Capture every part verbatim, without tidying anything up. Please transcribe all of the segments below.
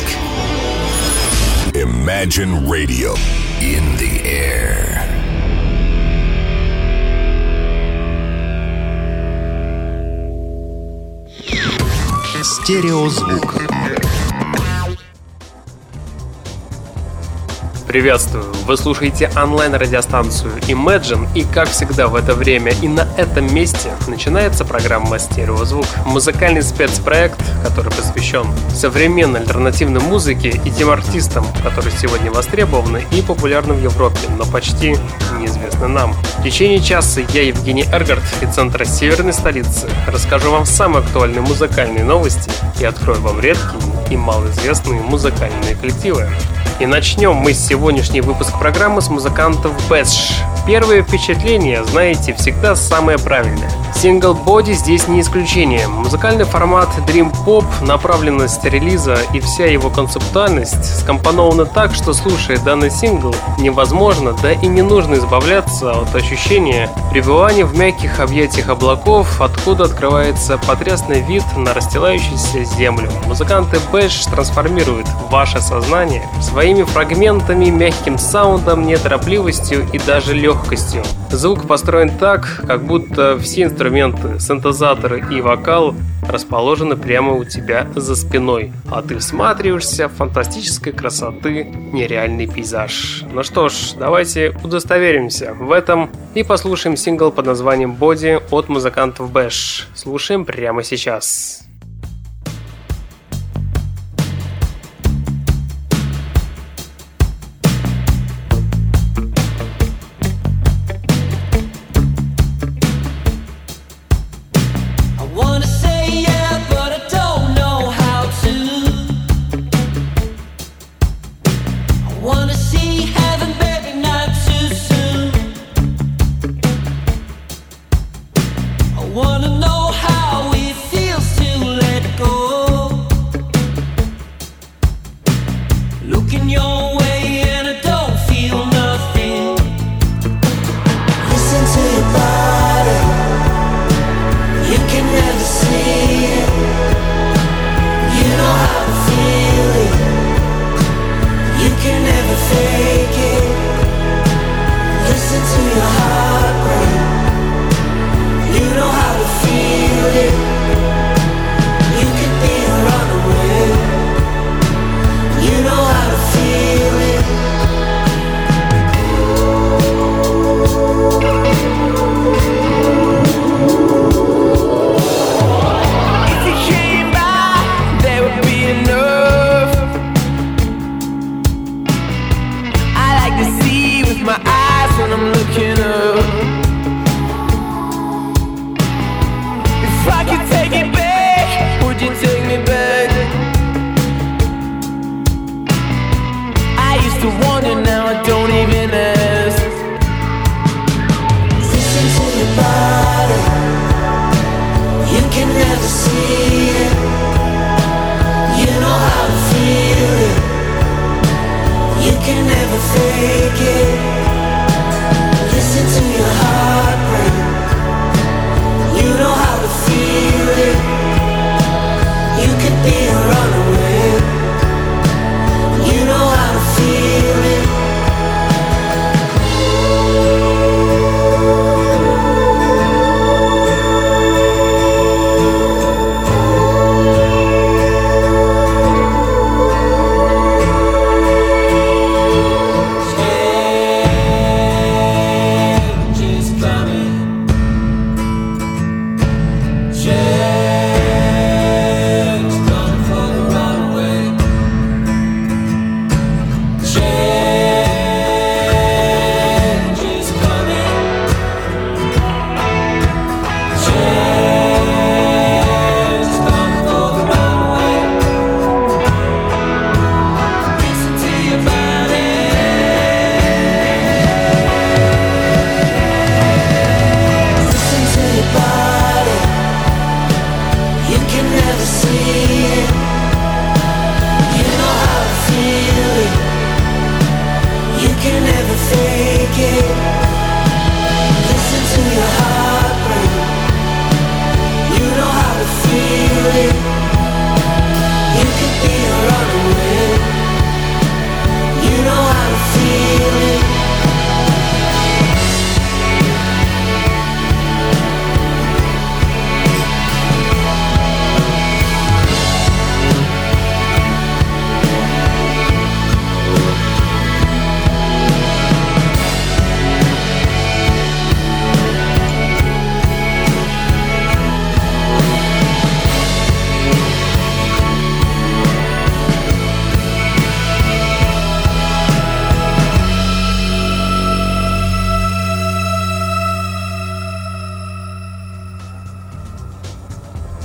Imagine Radio in the air. Стереозвук. Приветствую! Вы слушаете онлайн-радиостанцию Imagine, и как всегда в это время и на этом месте начинается программа «Стереозвук». Музыкальный спецпроект, который посвящен современной альтернативной музыке и тем артистам, которые сегодня востребованы и популярны в Европе, но почти неизвестны нам. В течение часа я, Евгений Эргард, из центра северной столицы, расскажу вам самые актуальные музыкальные новости и открою вам редкие и малоизвестные музыкальные коллективы. И начнем мы сегодняшний выпуск программы с музыкантов Bash. Первое впечатление, знаете, всегда самое правильное. Сингл Body здесь не исключение. Музыкальный формат Dream Pop, направленность релиза и вся его концептуальность скомпонованы так, что, слушая данный сингл, невозможно, да и не нужно избавляться от ощущения пребывания в мягких объятиях облаков, откуда открывается потрясный вид на расстилающуюся землю. Музыканты Bash трансформируют ваше сознание своими фрагментами, мягким саундом, неторопливостью и даже легкостью. Звук построен так, как будто все инструменты, синтезаторы и вокал расположены прямо у тебя за спиной, а ты всматриваешься в фантастической красоты нереальный пейзаж. Ну что ж, давайте удостоверимся в этом и послушаем сингл под названием Body от музыкантов Bash. Слушаем прямо сейчас. Wanna know how it feels to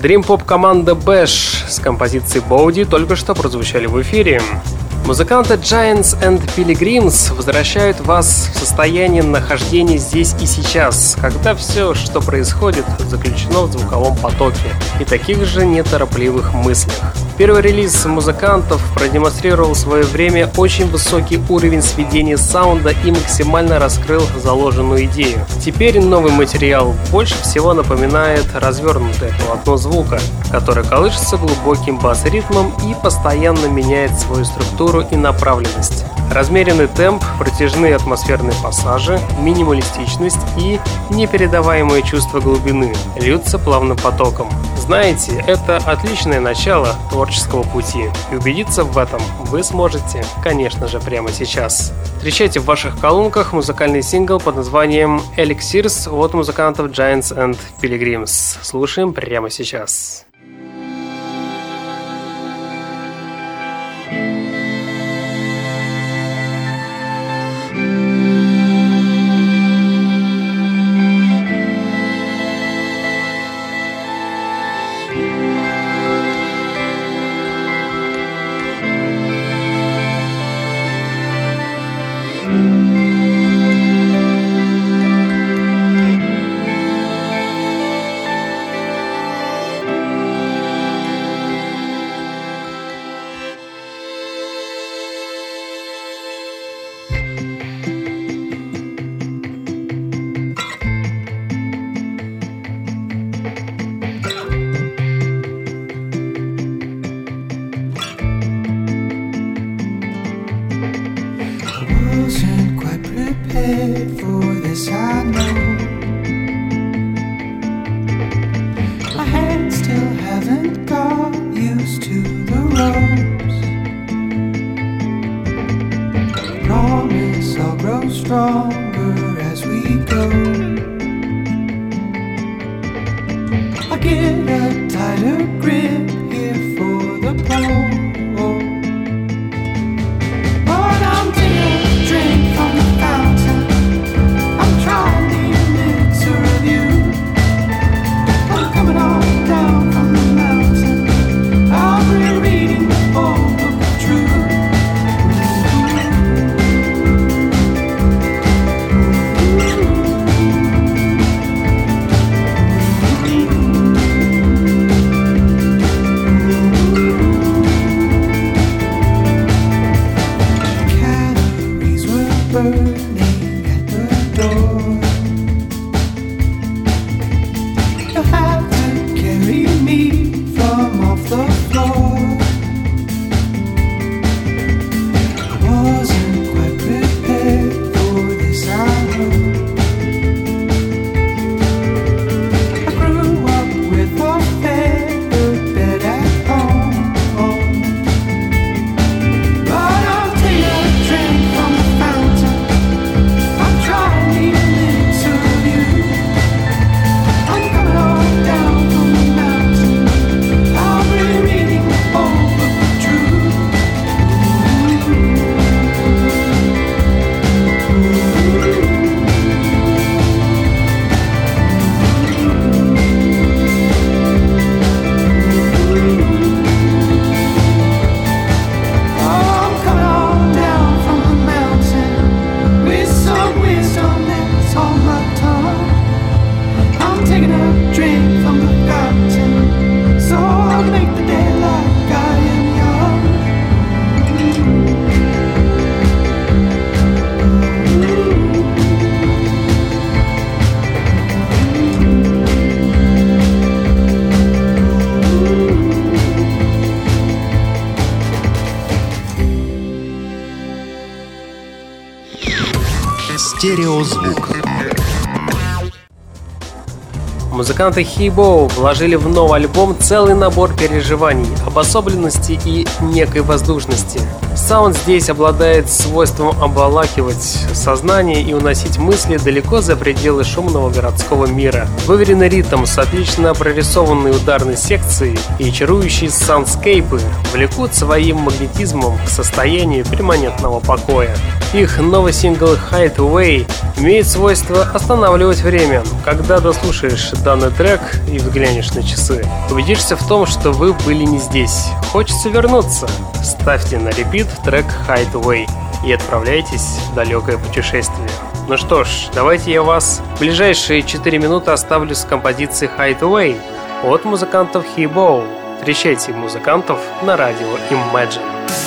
Дрим-поп-команда Bash с композицией Bowdy только что прозвучали в эфире. Музыканты Giants and Pilgrims возвращают вас в состояние нахождения здесь и сейчас, когда все, что происходит, заключено в звуковом потоке и таких же неторопливых мыслях. Первый релиз музыкантов продемонстрировал в свое время очень высокий уровень сведения саунда и максимально раскрыл заложенную идею. Теперь новый материал больше всего напоминает развернутое полотно звука, которое колышется глубоким бас-ритмом и постоянно меняет свою структуру и направленность. Размеренный темп, протяжные атмосферные пассажи, минималистичность и непередаваемое чувство глубины льются плавным потоком. Знаете, это отличное начало творческого пути, и убедиться в этом вы сможете, конечно же, прямо сейчас. Встречайте в ваших колонках музыкальный сингл под названием Elixirs от музыкантов Giants and Pilgrims. Слушаем прямо сейчас. Стереозвук. Музыканты Хибо вложили в новый альбом целый набор переживаний, обособленности и некой воздушности. Саунд здесь обладает свойством обволакивать сознание и уносить мысли далеко за пределы шумного городского мира. Выверенный ритм с отлично прорисованной ударной секцией и чарующие саундскейпы влекут своим магнетизмом к состоянию перманентного покоя. Их новый сингл Hideaway имеет свойство останавливать время. Когда дослушаешь до данный трек и взглянешь на часы, убедишься в том, что вы были не здесь. Хочется вернуться. Ставьте на репит трек Hideaway и отправляйтесь в далекое путешествие. Ну что ж, давайте я вас в ближайшие четыре минуты оставлю с композицией Hideaway от музыкантов He-Bow. Встречайте музыкантов на радио Imagine.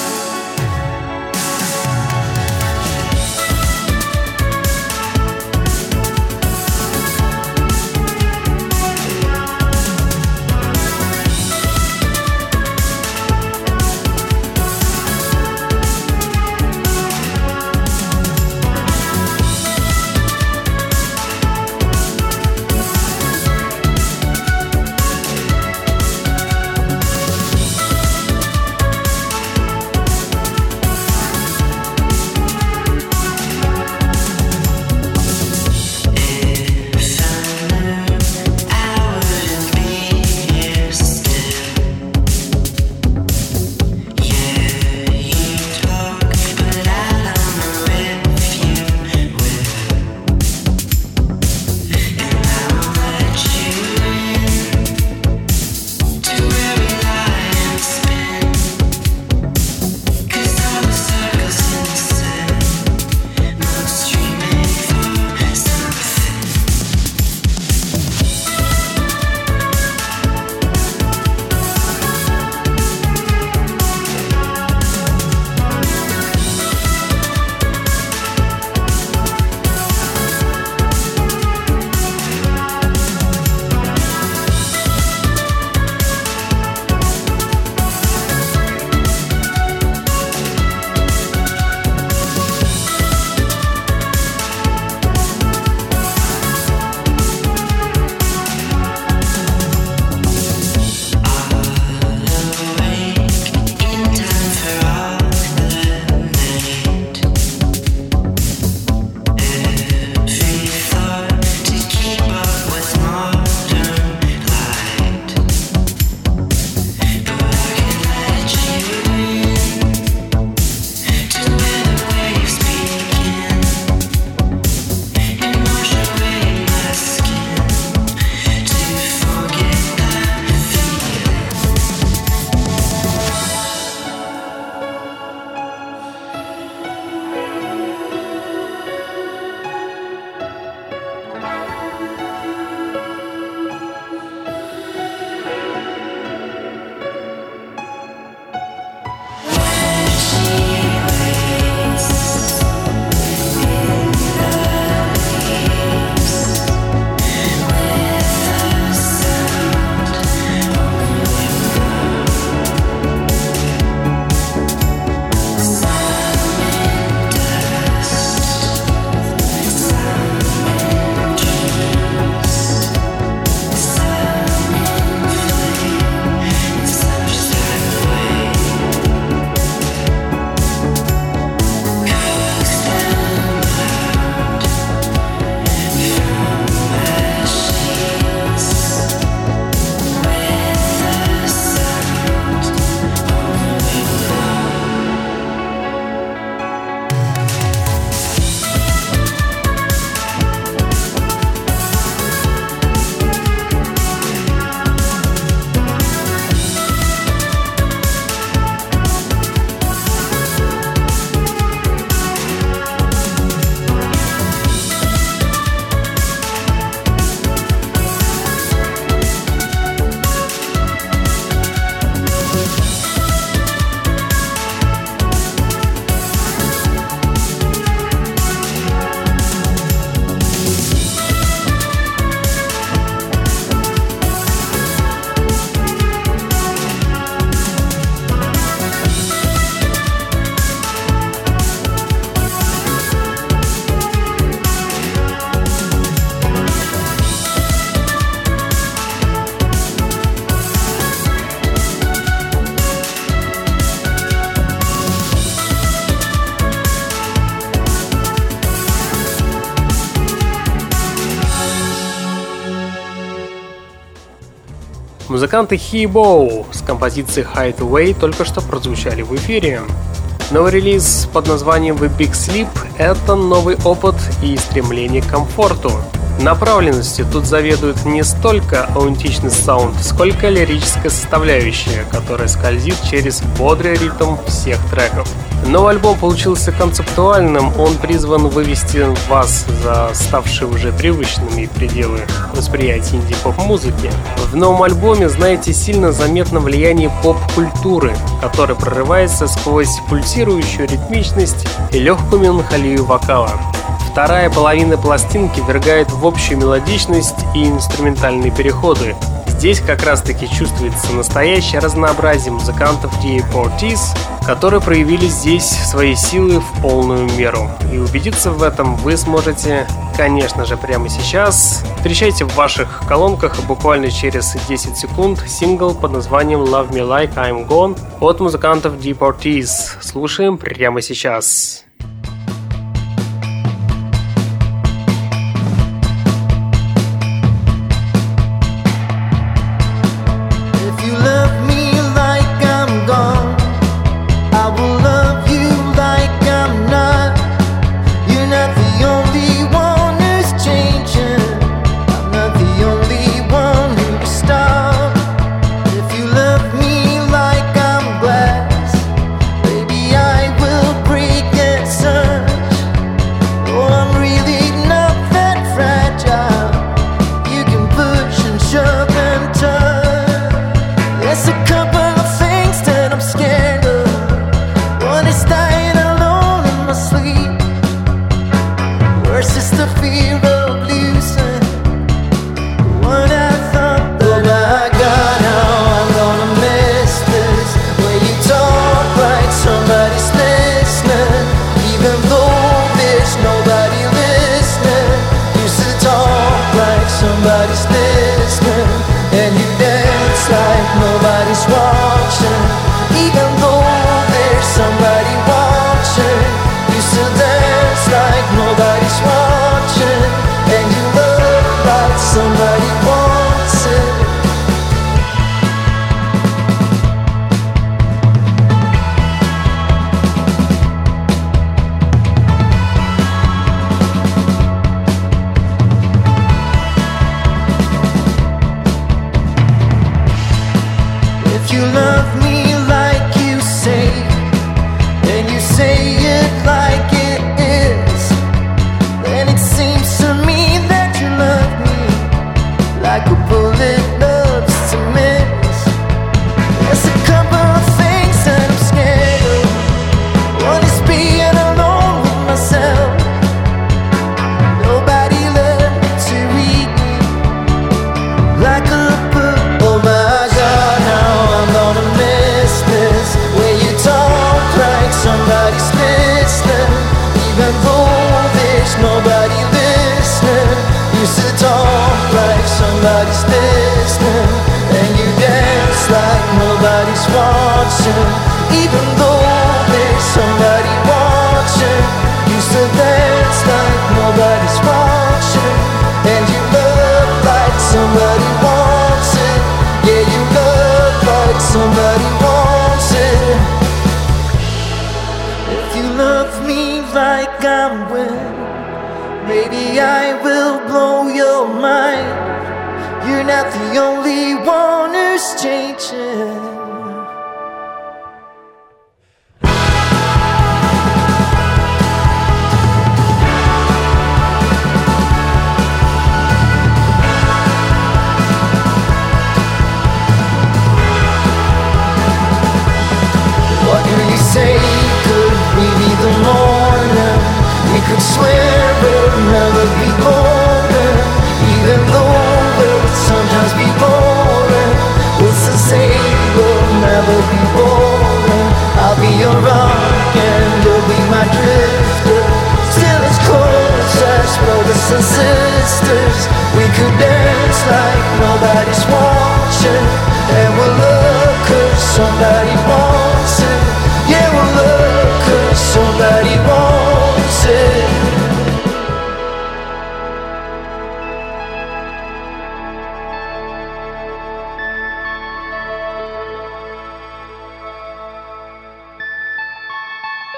Музыканты He-Bow с композицией Hideaway только что прозвучали в эфире. Новый релиз под названием The Big Sleep — это новый опыт и стремление к комфорту. Направленностью тут заведует не столько аутентичный саунд, сколько лирическая составляющая, которая скользит через бодрый ритм всех треков. Но альбом получился концептуальным, он призван вывести вас за ставшие уже привычными пределы восприятия инди-поп-музыки. В новом альбоме, знаете, сильно заметно влияние поп-культуры, которая прорывается сквозь пульсирующую ритмичность и легкую меланхолию вокала. Вторая половина пластинки ввергает в общую мелодичность и инструментальные переходы. Здесь как раз таки чувствуется настоящее разнообразие музыкантов ди эй Portis, которые проявили здесь свои силы в полную меру. И убедиться в этом вы сможете, конечно же, прямо сейчас. Встречайте в ваших колонках буквально через десять секунд сингл под названием Love Me Like I'm Gone от музыкантов ди эй Portis. Слушаем прямо сейчас.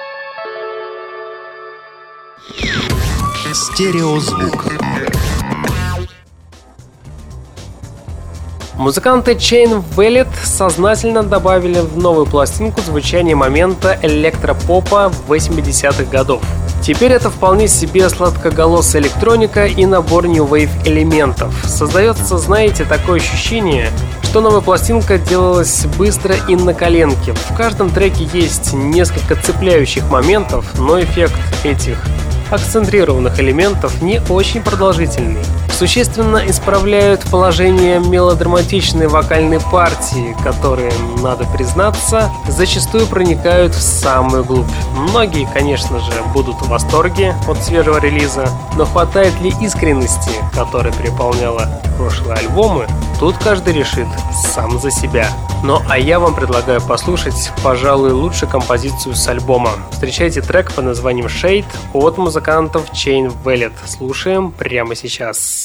Стереозвук. Музыканты Chain Velvet сознательно добавили в новую пластинку звучание момента электропопа восьмидесятых годов. Теперь это вполне себе сладкоголосая электроника и набор New Wave элементов. Создается, знаете, такое ощущение, что новая пластинка делалась быстро и на коленке. В каждом треке есть несколько цепляющих моментов, но эффект этих акцентрированных элементов не очень продолжительный. Существенно исправляют положение мелодраматичной вокальной партии, которые, надо признаться, зачастую проникают в самую глубь. Многие, конечно же, будут в восторге от свежего релиза, но хватает ли искренности, которая переполняла прошлые альбомы, тут каждый решит сам за себя. Ну а я вам предлагаю послушать, пожалуй, лучшую композицию с альбома. Встречайте трек под названием Shade от музыкантов Chain Velvet. Слушаем прямо сейчас.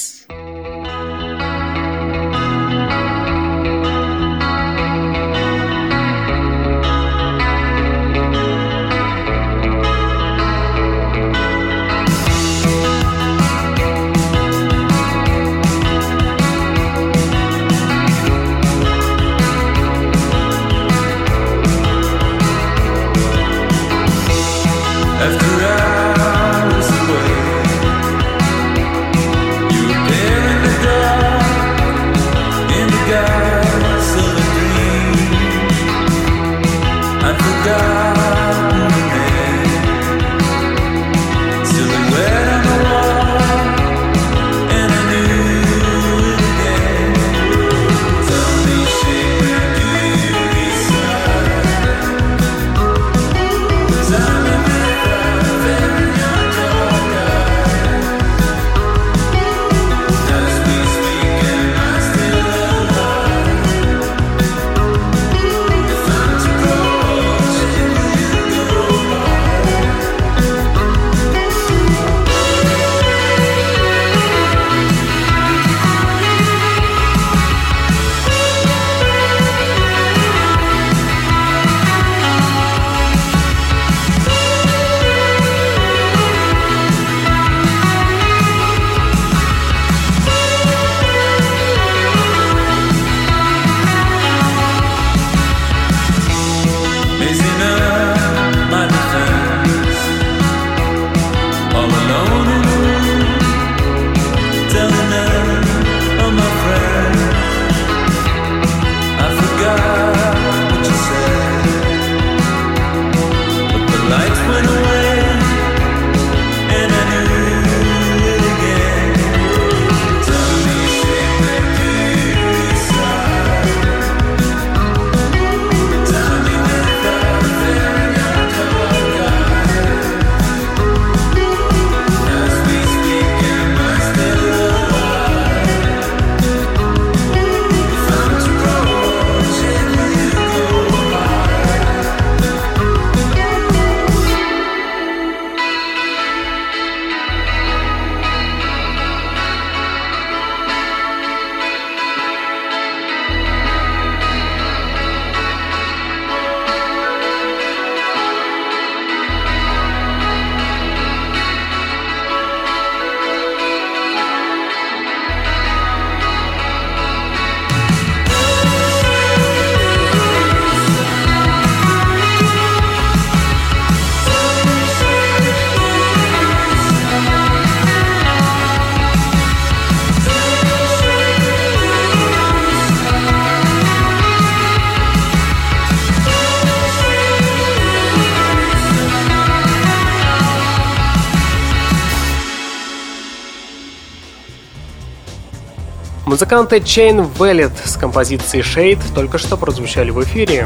Музыканты Chain Velvet с композицией Shade только что прозвучали в эфире.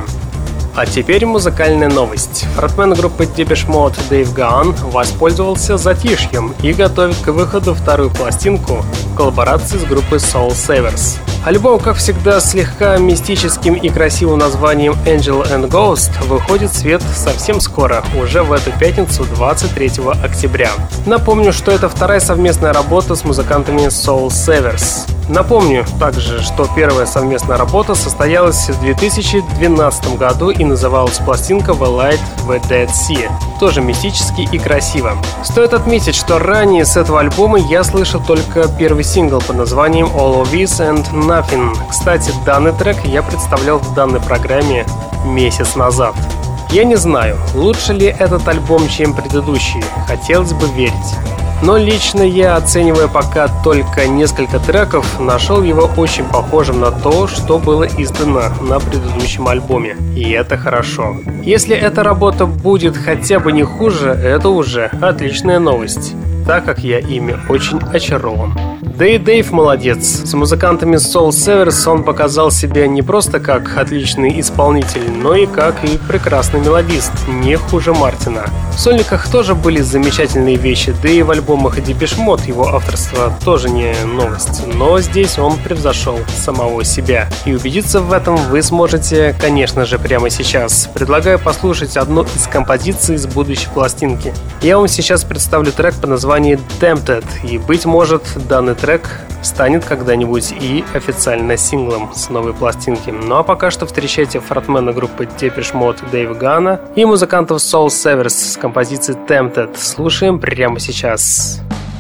А теперь музыкальная новость. Фронтмен группы Depeche Mode Дэйв Ганн воспользовался затишьем и готовит к выходу вторую пластинку в коллаборации с группой Soul Savers. Альбом, как всегда, слегка мистическим и красивым названием Angel and Ghost выходит в свет совсем скоро, уже в эту пятницу, двадцать третьего октября. Напомню, что это вторая совместная работа с музыкантами Soul Savers. Напомню также, что первая совместная работа состоялась в две тысячи двенадцатом году и называлась пластинка The Light в Dead Sea. Тоже мистически и красиво. Стоит отметить, что ранее с этого альбома я слышал только первый сингл под названием All of This and Nothing. Кстати, данный трек я представлял в данной программе месяц назад. Я не знаю, лучше ли этот альбом, чем предыдущий, хотелось бы верить. Но лично я, оценивая пока только несколько треков, нашел его очень похожим на то, что было издано на предыдущем альбоме. И это хорошо. Если эта работа будет хотя бы не хуже, это уже отличная новость, так как я ими очень очарован. Да и Дэйв молодец. С музыкантами Soul Savers он показал себя не просто как отличный исполнитель, но и как и прекрасный мелодист, не хуже Мартина. В сольниках тоже были замечательные вещи, да и в альбомах Depeche Mode его авторство тоже не новость. Но здесь он превзошел самого себя. И убедиться в этом вы сможете, конечно же, прямо сейчас. Предлагаю послушать одну из композиций с будущей пластинки. Я вам сейчас представлю трек по названию Tempted, и, быть может, данный трек трек станет когда-нибудь и официально синглом с новой пластинки. Ну а пока что встречайте фронтмена группы Depeche Mode Дэйва Гана и музыкантов Soul Savers с композицией Tempted. Слушаем прямо сейчас.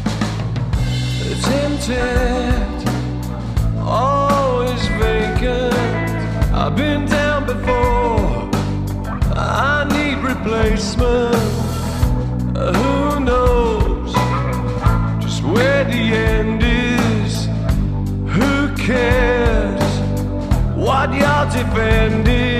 Where the end is, who cares what you're defending?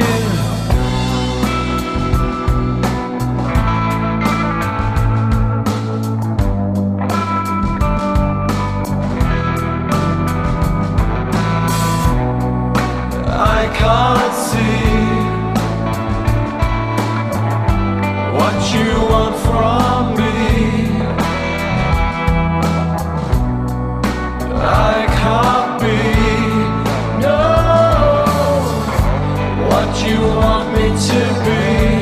I can't see what you want from me. I can't be, no, what you want me to be.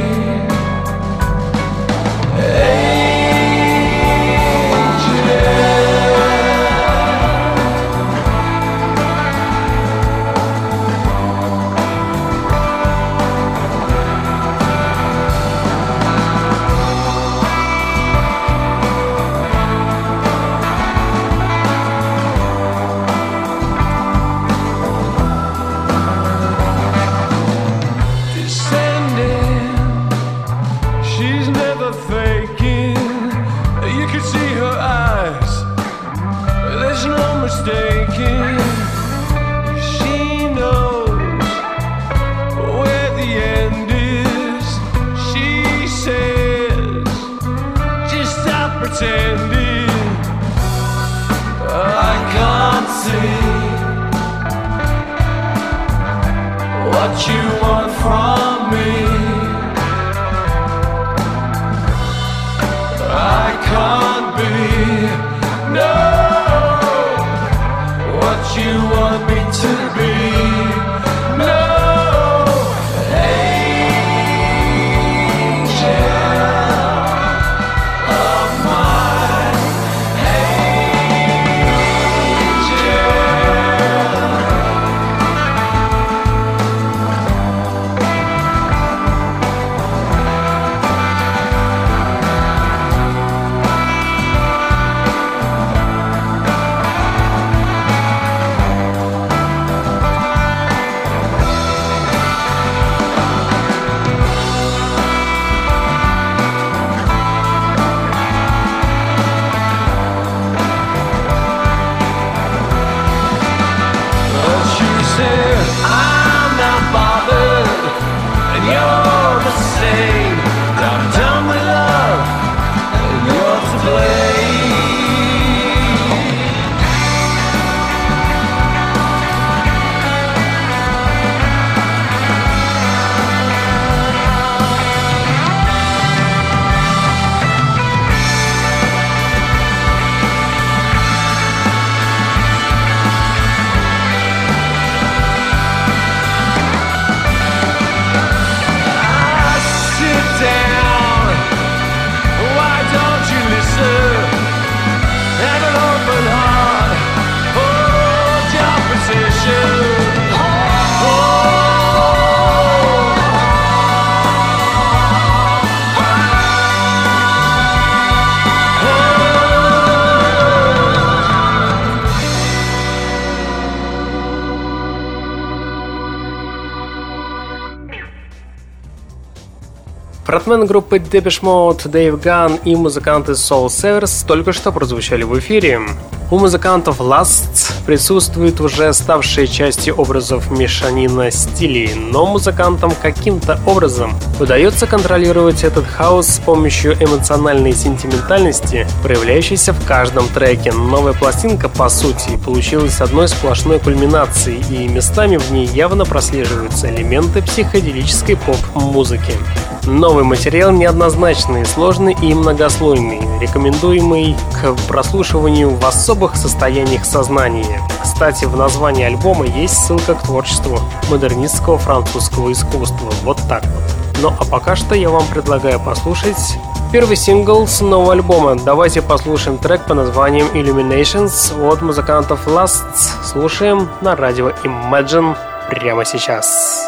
What you want from me, I can't be, no, what you want me to be, no. Фронтмен группы Depeche Mode Дэйв Ганн и музыканты Soul Savers только что прозвучали в эфире. У музыкантов Last присутствует уже ставшая частью образов мешанина стилей, но музыкантам каким-то образом удается контролировать этот хаос с помощью эмоциональной сентиментальности, проявляющейся в каждом треке. Новая пластинка, по сути, получилась одной сплошной кульминацией, и местами в ней явно прослеживаются элементы психоделической поп-музыки. Новый материал неоднозначный, сложный и многослойный, рекомендуемый к прослушиванию в особых состояниях сознания. Кстати, в названии альбома есть ссылка к творчеству модернистского французского искусства. Вот так вот. Ну а пока что я вам предлагаю послушать первый сингл с нового альбома. Давайте послушаем трек по названием Illuminations от музыкантов Last. Слушаем на радио Imagine прямо сейчас.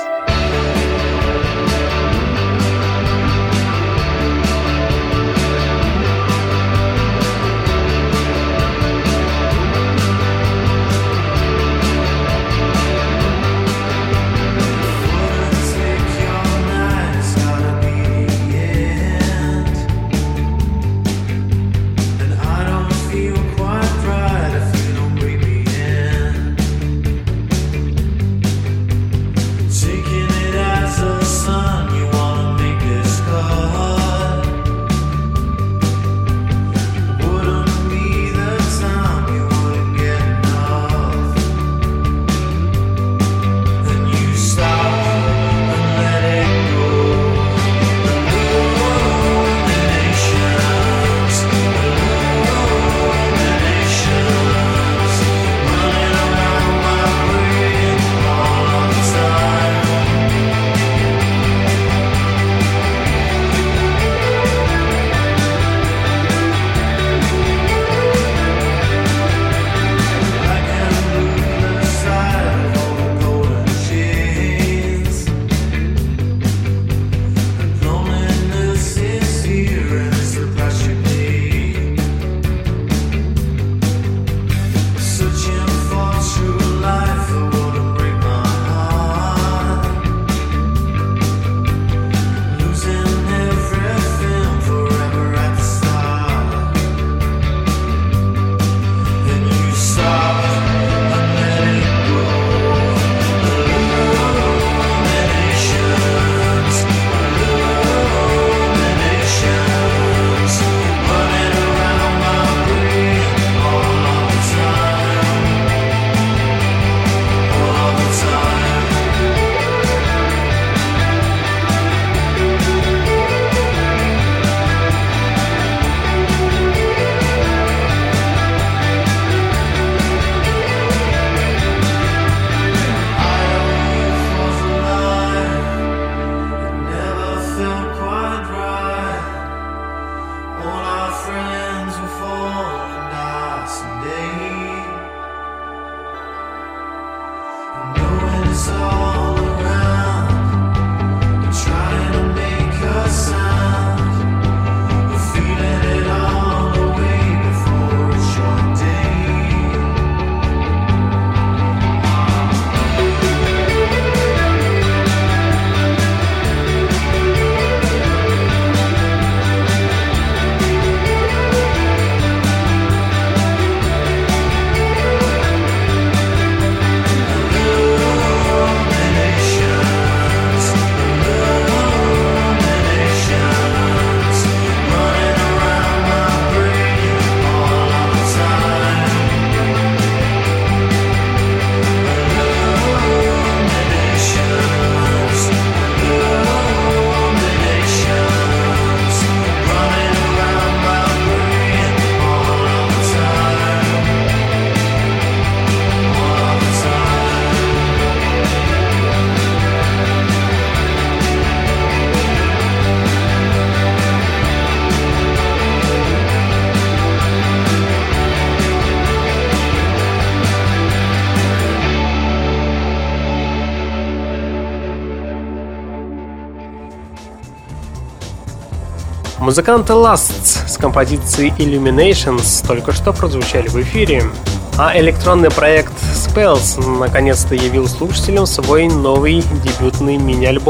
Музыканты Last с композицией Illuminations только что прозвучали в эфире, а электронный проект Spells наконец-то явил слушателям свой новый дебютный мини-альбом.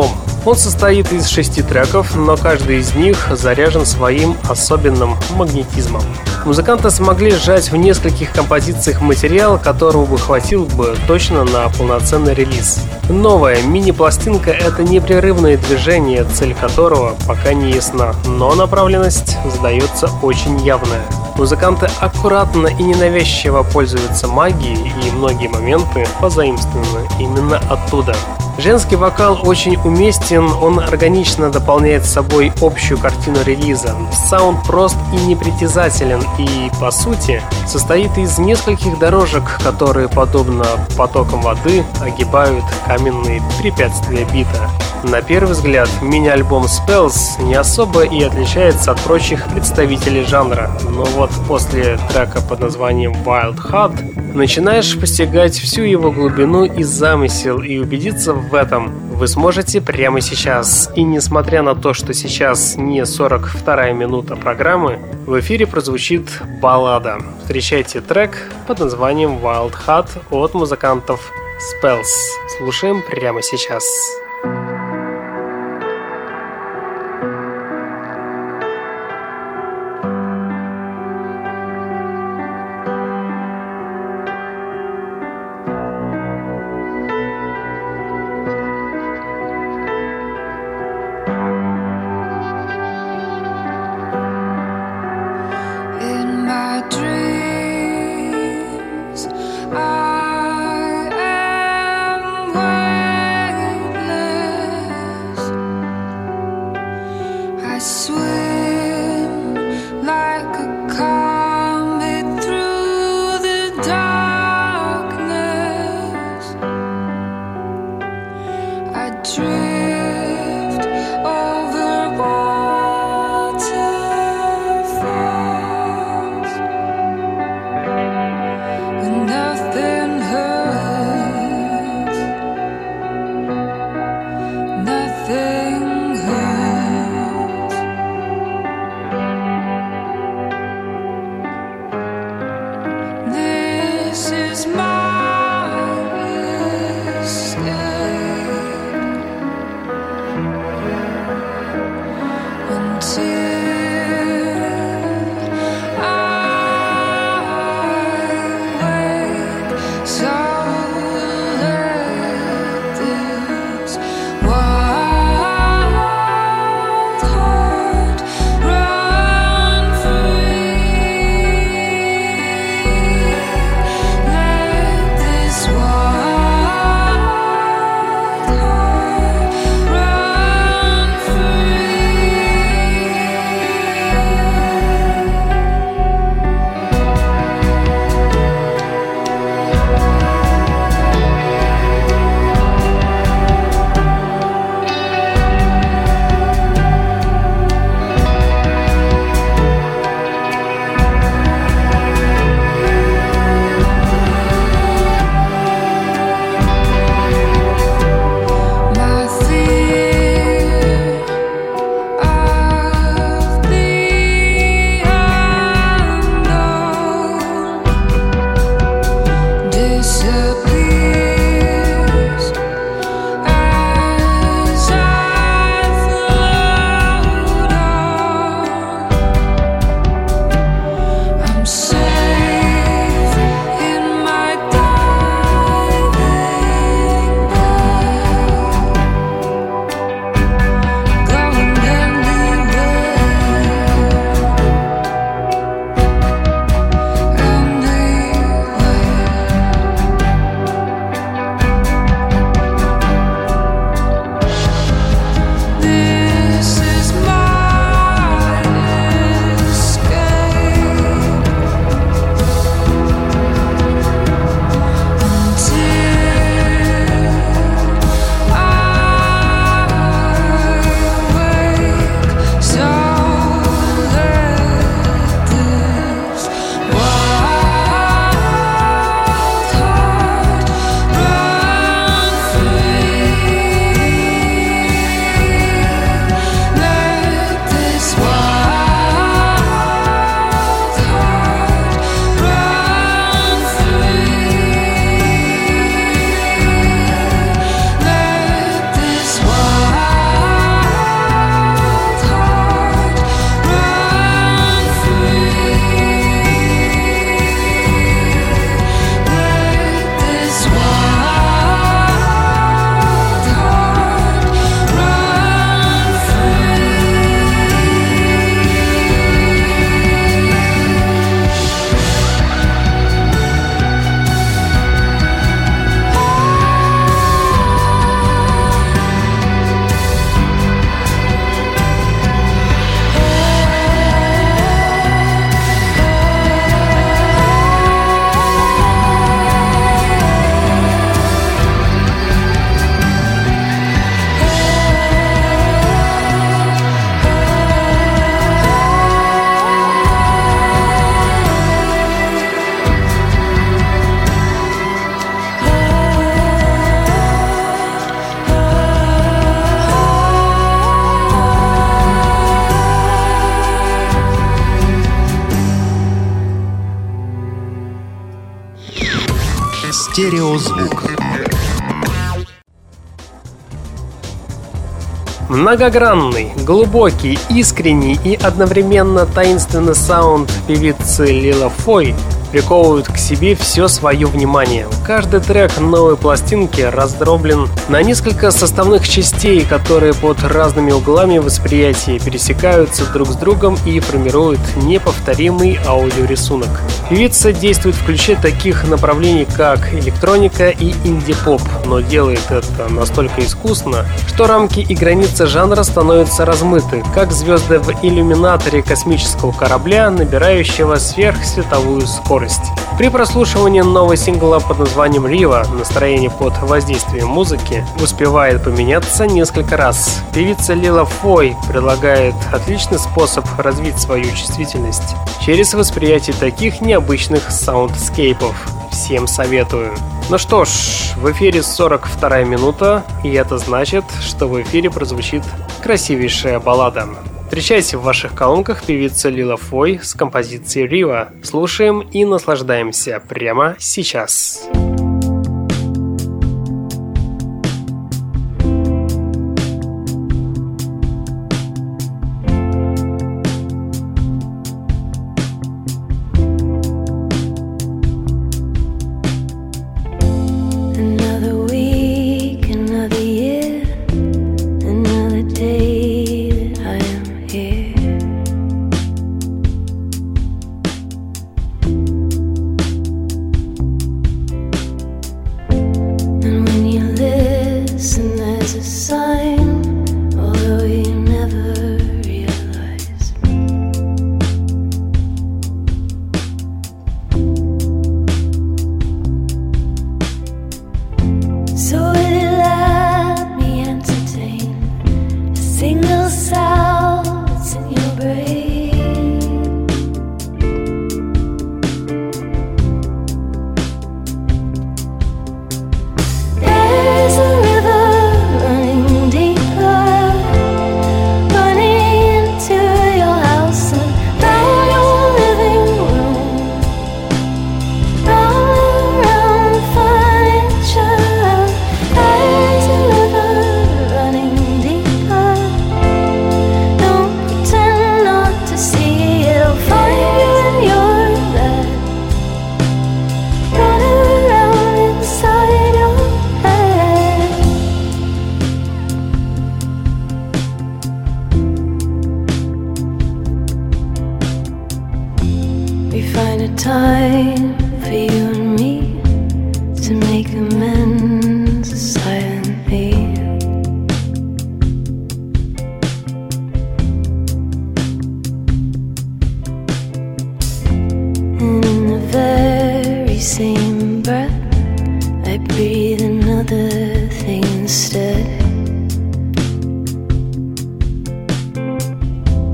Он состоит из шести треков, но каждый из них заряжен своим особенным магнетизмом. Музыканты смогли сжать в нескольких композициях материал, которого бы хватил бы точно на полноценный релиз. Новая мини-пластинка — это непрерывное движение, цель которого пока не ясна, но направленность задается очень явная. Музыканты аккуратно и ненавязчиво пользуются магией, и многие моменты позаимствованы именно оттуда. Женский вокал очень уместен, он органично дополняет собой общую картину релиза. Саунд прост и непритязателен, и, по сути, состоит из нескольких дорожек, которые, подобно потокам воды, огибают каменные препятствия бита. На первый взгляд, мини-альбом Spells не особо и отличается от прочих представителей жанра, но вот после трека под названием Wild Heart начинаешь постигать всю его глубину и замысел, и убедиться в этом вы сможете прямо сейчас. И несмотря на то, что сейчас не сорок вторая минута программы, в эфире прозвучит баллада. Встречайте трек под названием Wild Heart от музыкантов Spells. Слушаем прямо сейчас. Nothing hurts. Стереозвук. Многогранный, глубокий, искренний и одновременно таинственный саунд певицы Лила Фой приковывают к себе все свое внимание. Каждый трек новой пластинки раздроблен на несколько составных частей, которые под разными углами восприятия пересекаются друг с другом и формируют неповторимый аудиорисунок. Певица действует в ключе таких направлений, как электроника и инди-поп, но делает это настолько искусно, что рамки и границы жанра становятся размыты, как звезды в иллюминаторе космического корабля, набирающего сверхсветовую скорость. При прослушивании нового сингла под названием «Рива» настроение под воздействием музыки успевает поменяться несколько раз. Певица Лила Фой предлагает отличный способ развить свою чувствительность через восприятие таких необычных саундскейпов. Всем советую. Ну что ж, в эфире сорок вторая минута, и это значит, что в эфире прозвучит красивейшая баллада. Встречайте в ваших колонках певица Лила Фой с композицией «Рива». Слушаем и наслаждаемся прямо сейчас.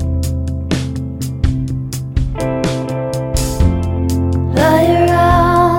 Lie around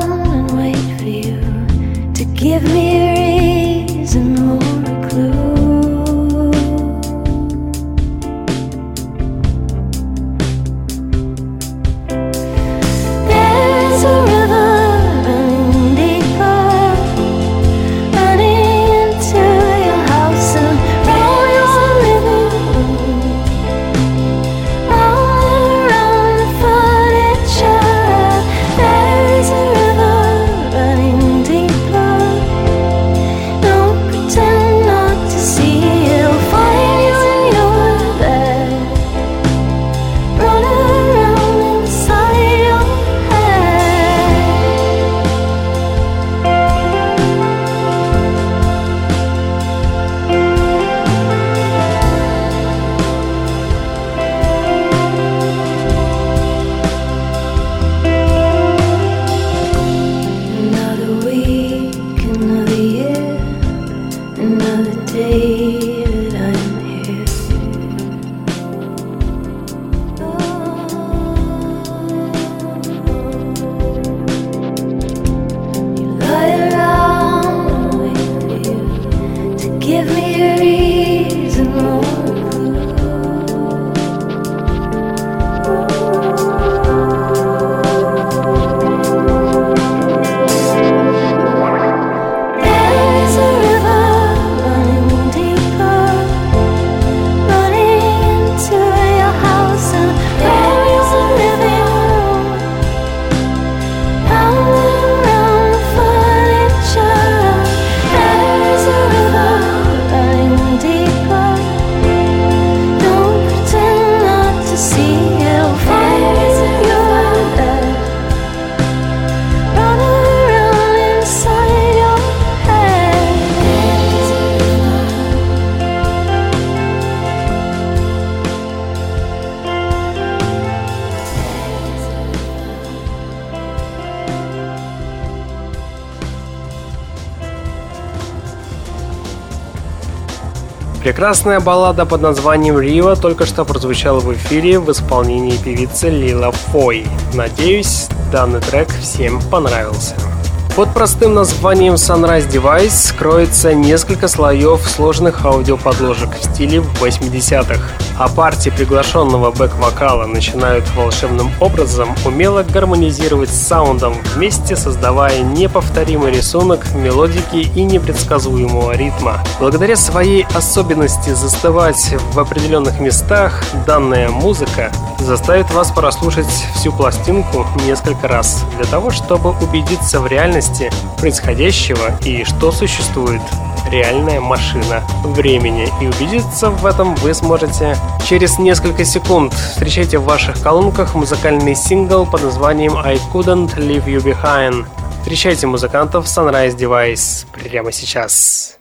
Прекрасная баллада под названием «Рива» только что прозвучала в эфире в исполнении певицы Лила Фой. Надеюсь, данный трек всем понравился. Под простым названием Sunrise Device скроется несколько слоев сложных аудиоподложек в стиле восьмидесятых, а партии приглашенного бэк-вокала начинают волшебным образом умело гармонизировать с саундом, вместе создавая неповторимый рисунок мелодики и непредсказуемого ритма. Благодаря своей особенности застывать в определенных местах, данная музыка заставит вас прослушать всю пластинку несколько раз, для того, чтобы убедиться в реальности происходящего и что существует реальная машина времени. И убедиться в этом вы сможете через несколько секунд. Встречайте в ваших колонках музыкальный сингл под названием I Couldn't Leave You Behind. Встречайте музыкантов Sunrise Device прямо сейчас.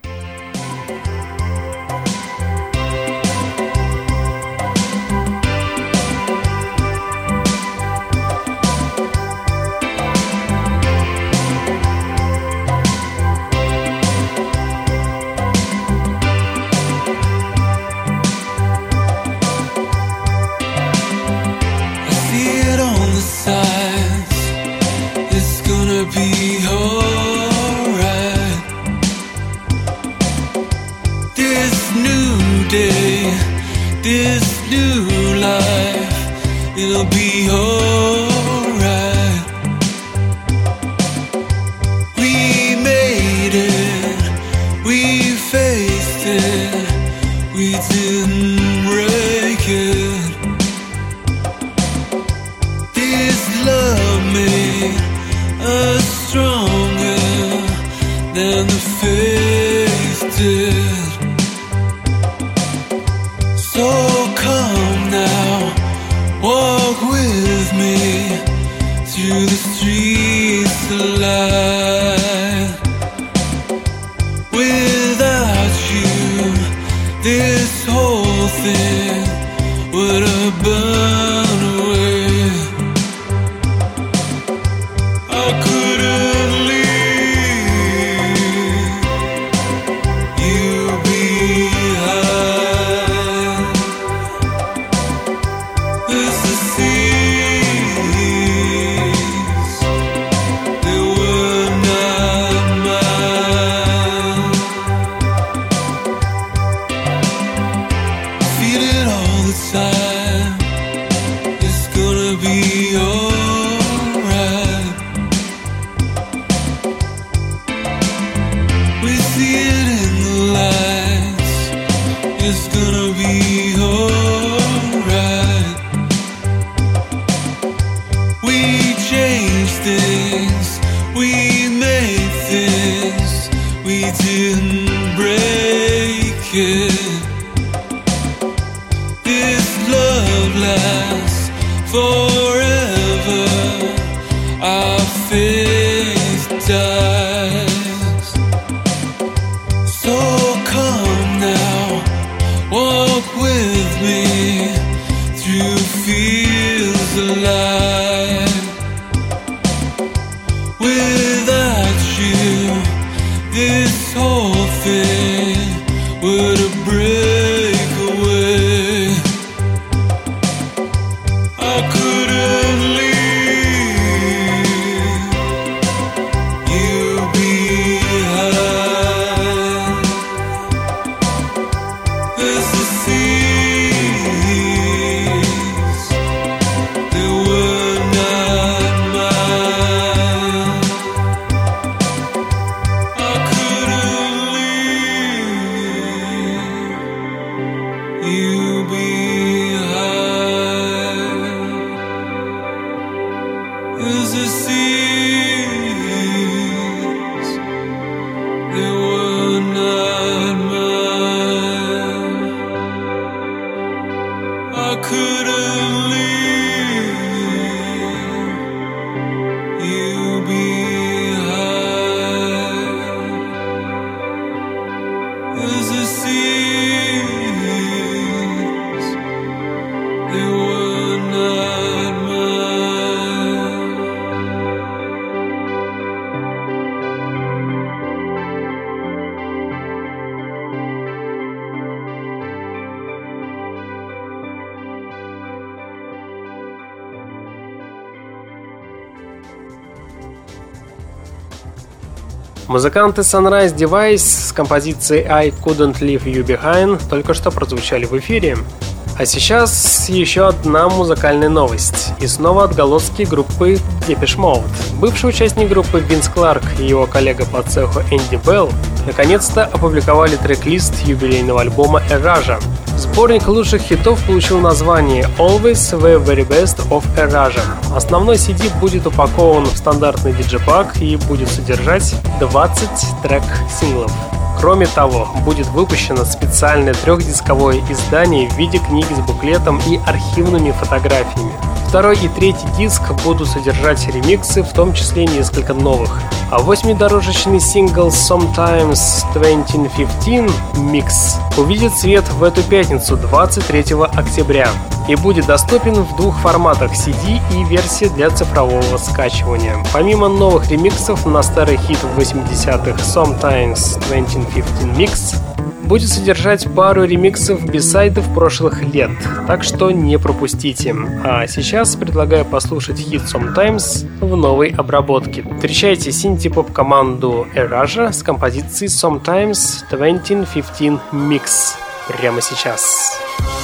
Музыканты Sunrise Device с композицией I Couldn't Leave You Behind только что прозвучали в эфире. А сейчас еще одна музыкальная новость. И снова отголоски группы Depeche Mode. Бывший участник группы Винс Кларк и его коллега по цеху Энди Белл наконец-то опубликовали трек-лист юбилейного альбома Erasure. Сборник лучших хитов получил название Always the Very Best of Erasure. Основной си ди будет упакован в стандартный диджипак и будет содержать двадцать трек-синглов. Кроме того, будет выпущено специальное трехдисковое издание в виде книги с буклетом и архивными фотографиями. Второй и третий диск будут содержать ремиксы, в том числе несколько новых. А восьмидорожечный сингл Sometimes двадцать пятнадцать Mix увидит свет в эту пятницу, двадцать третьего октября, и будет доступен в двух форматах: си ди и версия для цифрового скачивания. Помимо новых ремиксов на старый хит восьмидесятых Sometimes двадцать пятнадцать Mix будет содержать пару ремиксов бисайдов прошлых лет, так что не пропустите. А сейчас предлагаю послушать хит Sometimes в новой обработке. Встречайте синти-поп-команду Erasure с композицией Sometimes двадцать пятнадцать Mix прямо сейчас.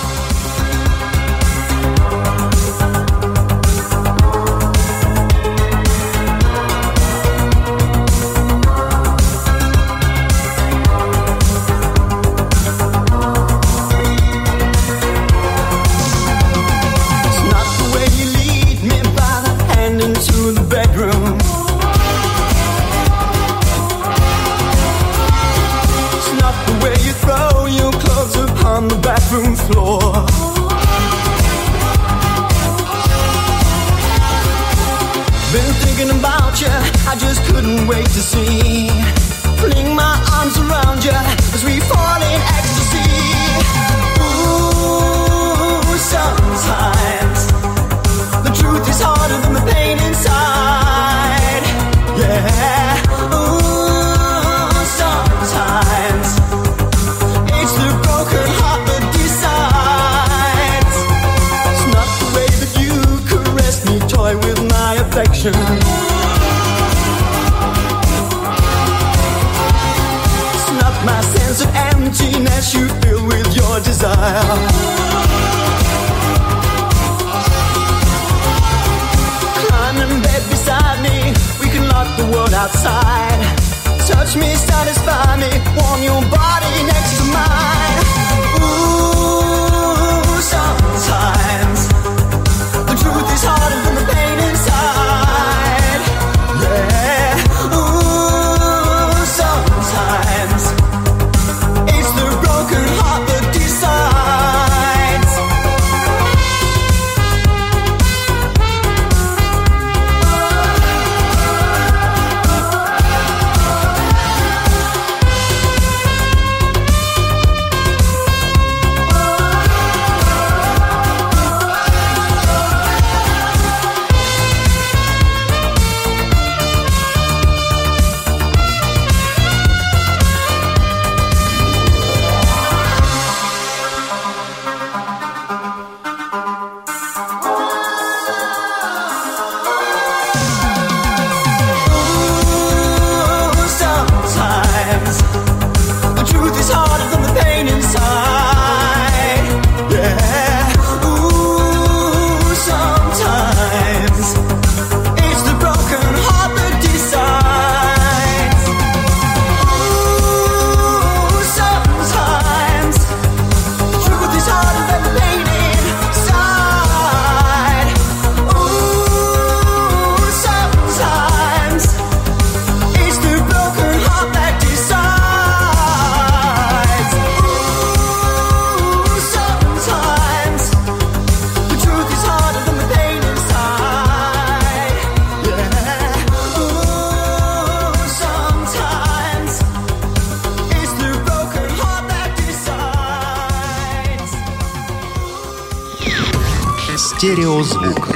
Стереозвук.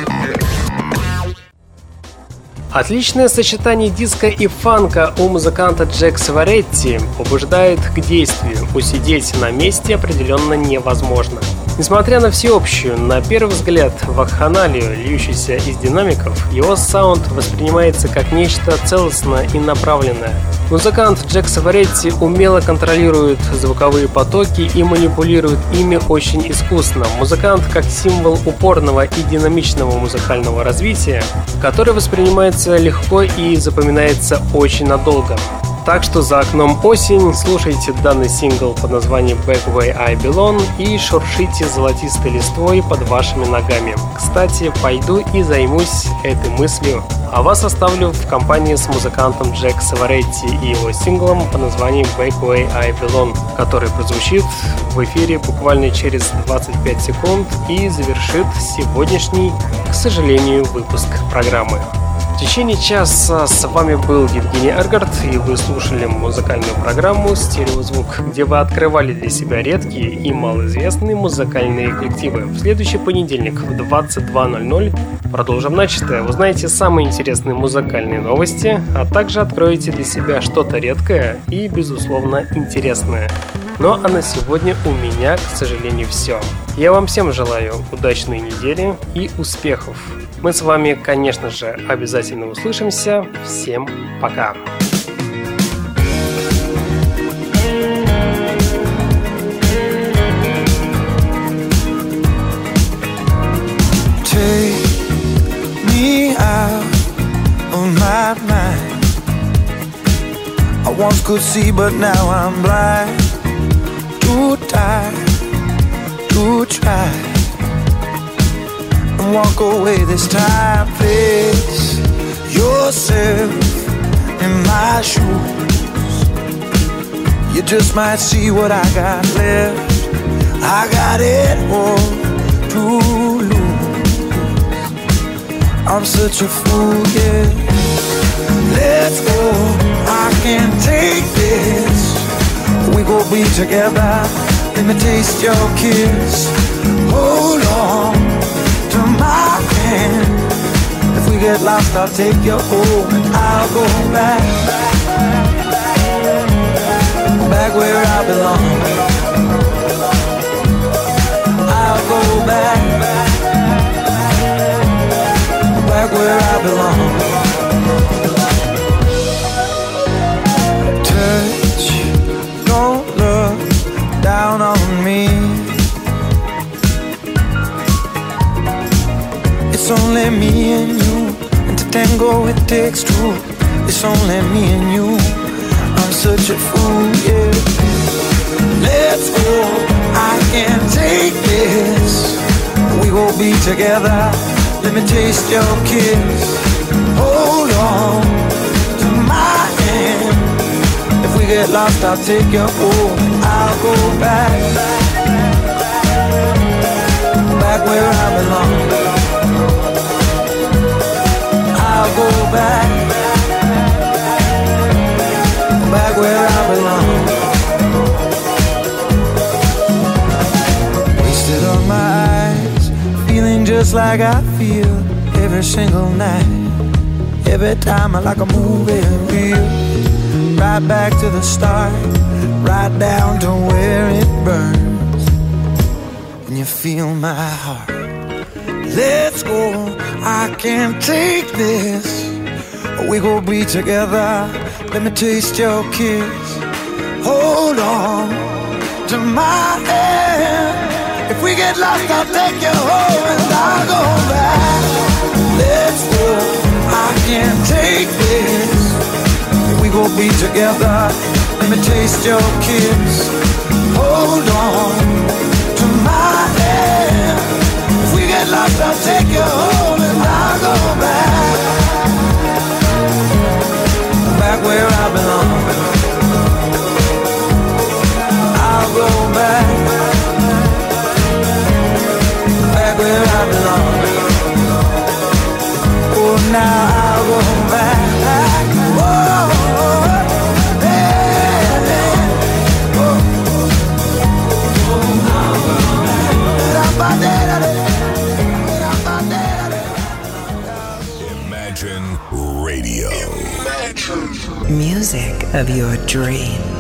Отличное сочетание диска и фанка у музыканта Джек Сваретти побуждает к действию. Усидеть на месте определенно невозможно. Несмотря на всеобщую, на первый взгляд, вакханалию, льющуюся из динамиков, его саунд воспринимается как нечто целостное и направленное. Музыкант Джек Саваретти умело контролирует звуковые потоки и манипулирует ими очень искусно. Музыкант как символ упорного и динамичного музыкального развития, который воспринимается легко и запоминается очень надолго. Так что за окном осень, слушайте данный сингл под названием Back Where I Belong и шуршите золотистой листвой под вашими ногами. Кстати, пойду и займусь этой мыслью, а вас оставлю в компании с музыкантом Джек Саваретти и его синглом под названием Back Where I Belong, который прозвучит в эфире буквально через двадцать пять секунд и завершит сегодняшний, к сожалению, выпуск программы. В течение часа с вами был Евгений Эргард, и вы слушали музыкальную программу «Стереозвук», где вы открывали для себя редкие и малоизвестные музыкальные коллективы. В следующий понедельник в двадцать два ноль ноль продолжим начатое. Узнаете самые интересные музыкальные новости, а также откроете для себя что-то редкое и, безусловно, интересное. Ну а на сегодня у меня, к сожалению, все. Я вам всем желаю удачной недели и успехов. Мы с вами, конечно же, обязательно услышимся. Всем пока! Take me out of my mind. I once could see, but now I'm blind. Too tired to try and walk away this time. Place yourself in my shoes. You just might see what I got left. I got it all to lose. I'm such a fool, yeah. Let's go, I can't take this. We gon' be together. Let me taste your kiss. Hold on to my hand. If we get lost, I'll take you home and I'll go back, back where I belong. I'll go back, back where I belong. Touch, don't look down on me. It's only me and you, and to tango it takes two. It's only me and you. I'm such a fool, yeah. Let's go, I can't take this. We gon' be together. Let me taste your kiss. Hold on to my hand. If we get lost, I'll take you home and I'll go back, back where I belong. I'll go back, back where I belong. Wasted on my eyes, feeling just like I feel every single night. Every time I like a movie reel. Right back to the start, right down to where it burns. When you feel my heart. Let's go, I can't take this. We gon' be together. Let me taste your kiss. Hold on to my hand. If we get lost, I'll take you home and I'll go back. Let's go, I can't take this. We gon' be together. Let me taste your kiss. Hold on to my hand. If we get lost, I'll take you home and I'll go back, back where I belong. I'll go back, back where I belong. Oh, now I'll go back. Whoa, yeah, yeah. Oh. Imagine Radio. Music of your dreams.